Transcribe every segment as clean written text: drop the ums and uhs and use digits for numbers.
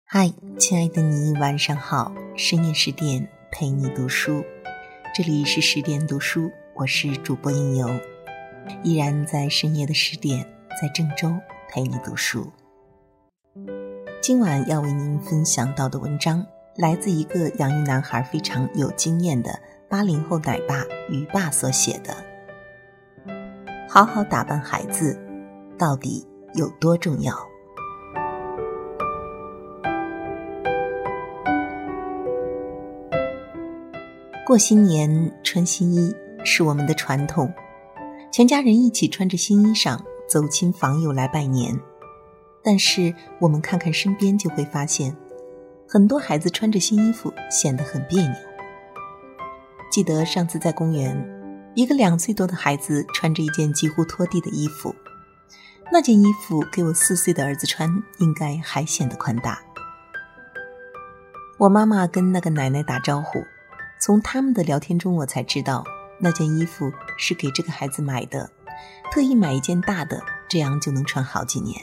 嗨，亲爱的你，晚上好，深夜10点陪你读书，这里是10点读书，我是主播应由，依然在深夜的10点，在郑州陪你读书。今晚要为您分享到的文章，来自一个养育男孩非常有经验的80后奶爸于爸所写的。好好打扮孩子，到底有多重要？过新年穿新衣是我们的传统，全家人一起穿着新衣裳走亲访友来拜年。但是我们看看身边就会发现，很多孩子穿着新衣服显得很别扭。记得上次在公园，一个2岁多的孩子穿着一件几乎拖地的衣服，那件衣服给我4岁的儿子穿应该还显得宽大。我妈妈跟那个奶奶打招呼，从他们的聊天中我才知道，那件衣服是给这个孩子买的，特意买一件大的，这样就能穿好几年。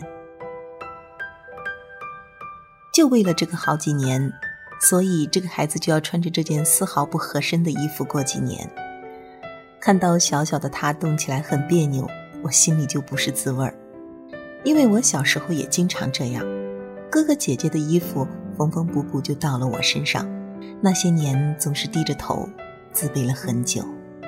就为了这个好几年，所以这个孩子就要穿着这件丝毫不合身的衣服过几年。看到小小的他动起来很别扭，我心里就不是滋味儿。因为我小时候也经常这样，哥哥姐姐的衣服缝缝补补就到了我身上，那些年总是低着头自卑了很久。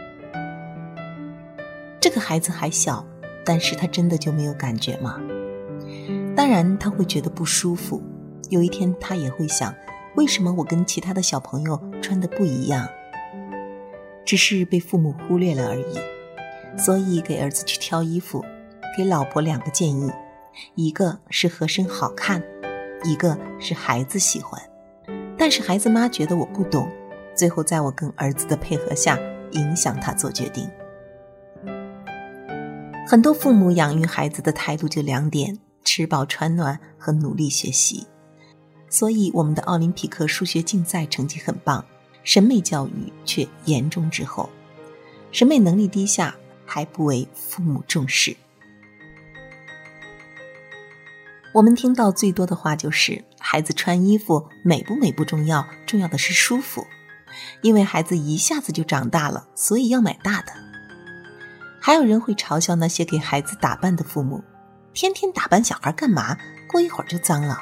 这个孩子还小，但是他真的就没有感觉吗？当然他会觉得不舒服，有一天他也会想，为什么我跟其他的小朋友穿的不一样？只是被父母忽略了而已。所以给儿子去挑衣服，给老婆2个建议，一个是合身好看，一个是孩子喜欢。但是孩子妈觉得我不懂，最后在我跟儿子的配合下，影响他做决定。很多父母养育孩子的态度就2点，吃饱穿暖和努力学习。所以我们的奥林匹克数学竞赛成绩很棒，审美教育却严重滞后，审美能力低下，还不为父母重视。我们听到最多的话就是，孩子穿衣服美不美不重要，重要的是舒服。因为孩子一下子就长大了，所以要买大的。还有人会嘲笑那些给孩子打扮的父母，天天打扮小孩干嘛？过一会儿就脏了。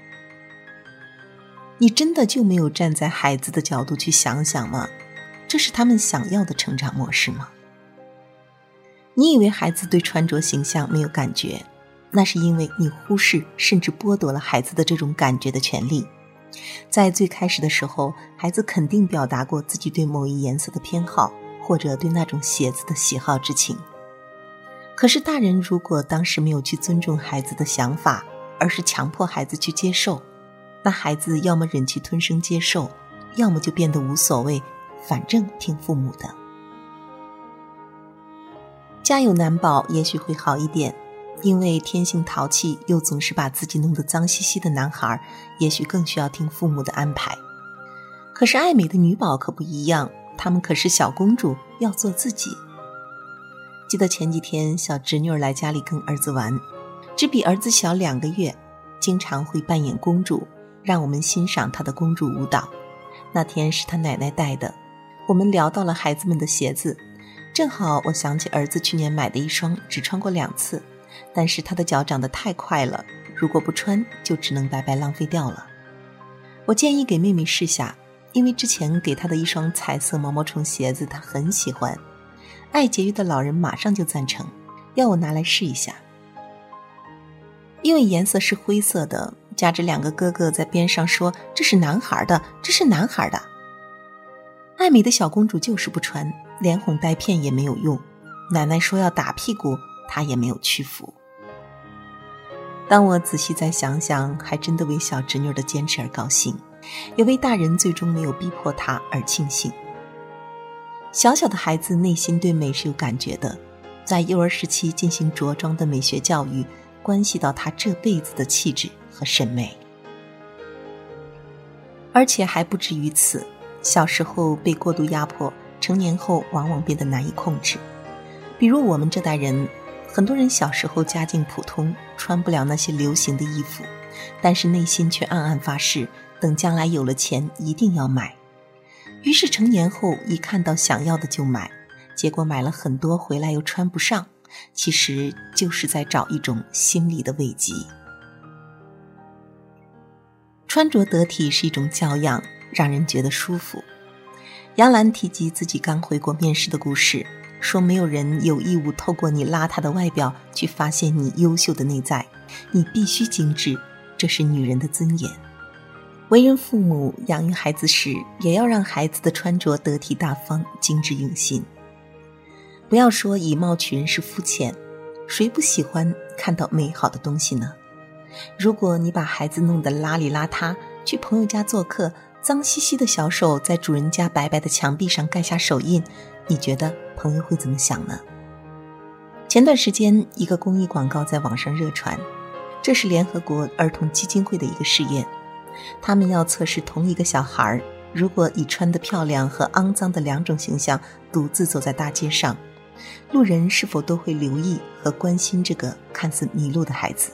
你真的就没有站在孩子的角度去想想吗？这是他们想要的成长模式吗？你以为孩子对穿着形象没有感觉，那是因为你忽视甚至剥夺了孩子的这种感觉的权利。在最开始的时候，孩子肯定表达过自己对某一颜色的偏好，或者对那种鞋子的喜好之情。可是大人如果当时没有去尊重孩子的想法，而是强迫孩子去接受，那孩子要么忍气吞声接受，要么就变得无所谓，反正听父母的。家有男宝也许会好一点，因为天性淘气又总是把自己弄得脏兮兮的男孩，也许更需要听父母的安排。可是爱美的女宝可不一样，她们可是小公主，要做自己。记得前几天小侄女来家里跟儿子玩，只比儿子小2个月，经常会扮演公主，让我们欣赏她的公主舞蹈。那天是她奶奶带的，我们聊到了孩子们的鞋子，正好我想起儿子去年买的一双只穿过2次，但是他的脚长得太快了，如果不穿就只能白白浪费掉了。我建议给妹妹试下，因为之前给她的一双彩色毛毛虫鞋子她很喜欢，爱节约的老人马上就赞成，要我拿来试一下。因为颜色是灰色的，加之2个哥哥在边上说这是男孩的，这是男孩的。爱美的小公主就是不穿，连哄带骗也没有用，奶奶说要打屁股，她也没有屈服。当我仔细再想想，还真的为小侄女的坚持而高兴，也为大人最终没有逼迫她而庆幸。小小的孩子内心对美是有感觉的，在幼儿时期进行着装的美学教育，关系到他这辈子的气质和审美。而且还不止于此，小时候被过度压迫，成年后往往变得难以控制。比如我们这代人，很多人小时候家境普通，穿不了那些流行的衣服， 但是内心却暗暗发誓，等将来有了钱一定要买。于是成年后一看到想要的就买，结果买了很多回来又穿不上，其实就是在找一种心理的慰藉。穿着得体是一种教养，让人觉得舒服。杨澜提及自己刚回国面试的故事，说没有人有义务透过你邋遢的外表去发现你优秀的内在，你必须精致，这是女人的尊严。为人父母，养育孩子时也要让孩子的穿着得体大方，精致用心。不要说以貌取人是肤浅，谁不喜欢看到美好的东西呢？如果你把孩子弄得邋里邋遢，去朋友家做客，脏兮兮的小手在主人家白白的墙壁上盖下手印，你觉得朋友会怎么想呢？前段时间一个公益广告在网上热传，这是联合国儿童基金会的一个试验，他们要测试同一个小孩，如果以穿得漂亮和肮脏的两种形象独自走在大街上，路人是否都会留意和关心这个看似迷路的孩子。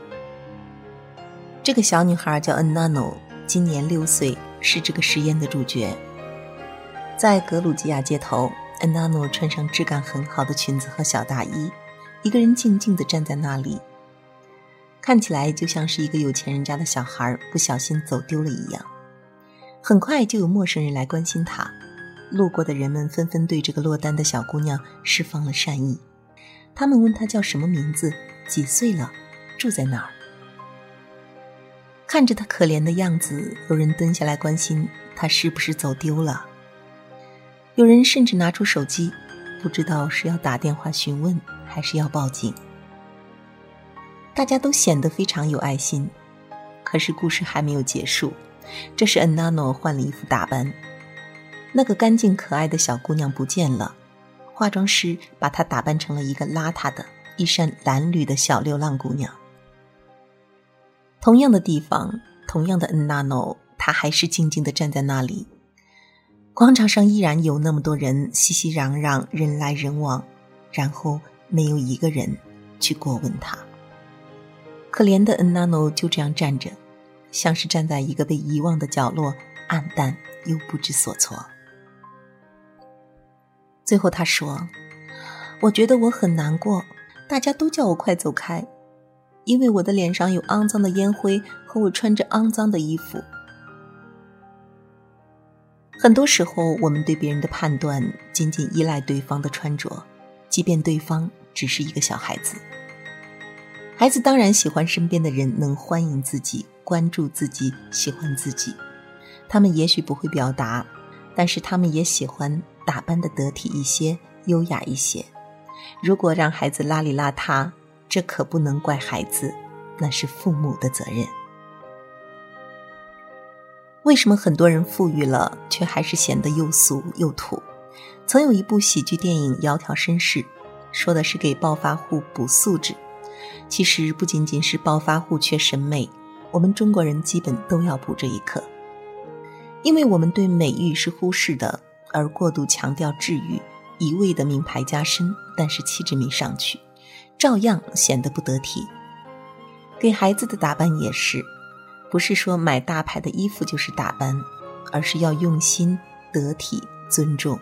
这个小女孩叫恩娜诺，今年6岁，是这个实验的主角。在格鲁吉亚街头，恩娜诺穿上质感很好的裙子和小大衣，一个人静静地站在那里，看起来就像是一个有钱人家的小孩不小心走丢了一样。很快就有陌生人来关心她，路过的人们纷纷对这个落单的小姑娘释放了善意。他们问她叫什么名字，几岁了，住在哪儿。看着她可怜的样子，有人蹲下来关心她是不是走丢了，有人甚至拿出手机，不知道是要打电话询问还是要报警。大家都显得非常有爱心。可是故事还没有结束，这时恩娜诺换了衣服打扮，那个干净可爱的小姑娘不见了，化妆师把她打扮成了一个邋遢的衣衫褴褛的小流浪姑娘。同样的地方，同样的恩娜诺，她还是静静地站在那里。广场上依然有那么多人熙熙攘攘，人来人往，然后没有一个人去过问她。可怜的恩娜诺就这样站着，像是站在一个被遗忘的角落，黯淡又不知所措。最后她说，我觉得我很难过，大家都叫我快走开，因为我的脸上有肮脏的烟灰和我穿着肮脏的衣服。很多时候我们对别人的判断仅仅依赖对方的穿着，即便对方只是一个小孩子。孩子当然喜欢身边的人能欢迎自己，关注自己，喜欢自己。他们也许不会表达，但是他们也喜欢打扮得得体一些，优雅一些。如果让孩子邋里邋遢，这可不能怪孩子，那是父母的责任。为什么很多人富裕了，却还是显得又俗又土？曾有一部喜剧电影《窈窕绅士》，说的是给暴发户补素质。其实不仅仅是暴发户缺审美，我们中国人基本都要补这一课。因为我们对美育是忽视的，而过度强调治愈，一味的名牌加身，但是气质没上去，照样显得不得体。给孩子的打扮也是，不是说买大牌的衣服就是打扮，而是要用心、得体、尊重。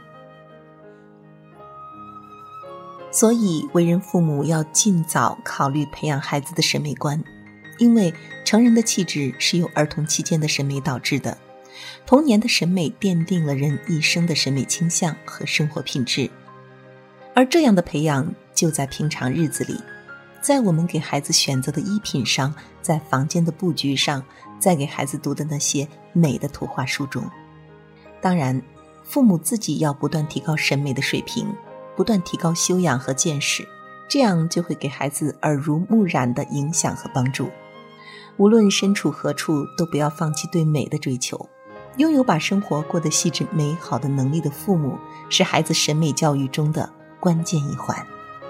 所以为人父母要尽早考虑培养孩子的审美观，因为成人的气质是由儿童期间的审美导致的，童年的审美奠定了人一生的审美倾向和生活品质。而这样的培养就在平常日子里，在我们给孩子选择的衣品上，在房间的布局上，在给孩子读的那些美的图画书中。当然，父母自己要不断提高审美的水平，不断提高修养和见识，这样就会给孩子耳濡目染的影响和帮助。无论身处何处，都不要放弃对美的追求。拥有把生活过得细致美好的能力的父母，是孩子审美教育中的关键一环。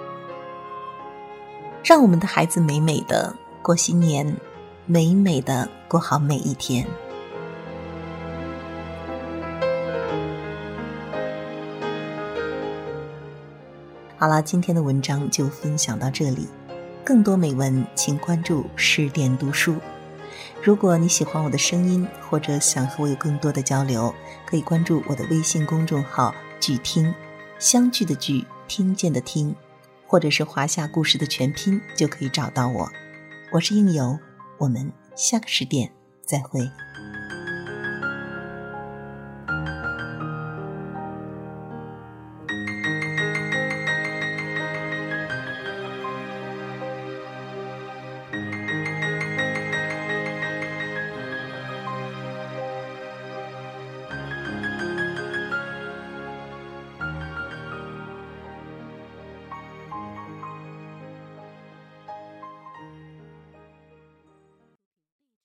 让我们的孩子美美的过新年，美美的过好每一天。好了，今天的文章就分享到这里，更多美文请关注10点读书。 如果你喜欢我的声音，或者想和我有更多的交流，可以关注我的微信公众号聚听，相聚的聚，听见的听，或者是华夏故事的全拼，就可以找到我。我是应由，我们下个时点再会。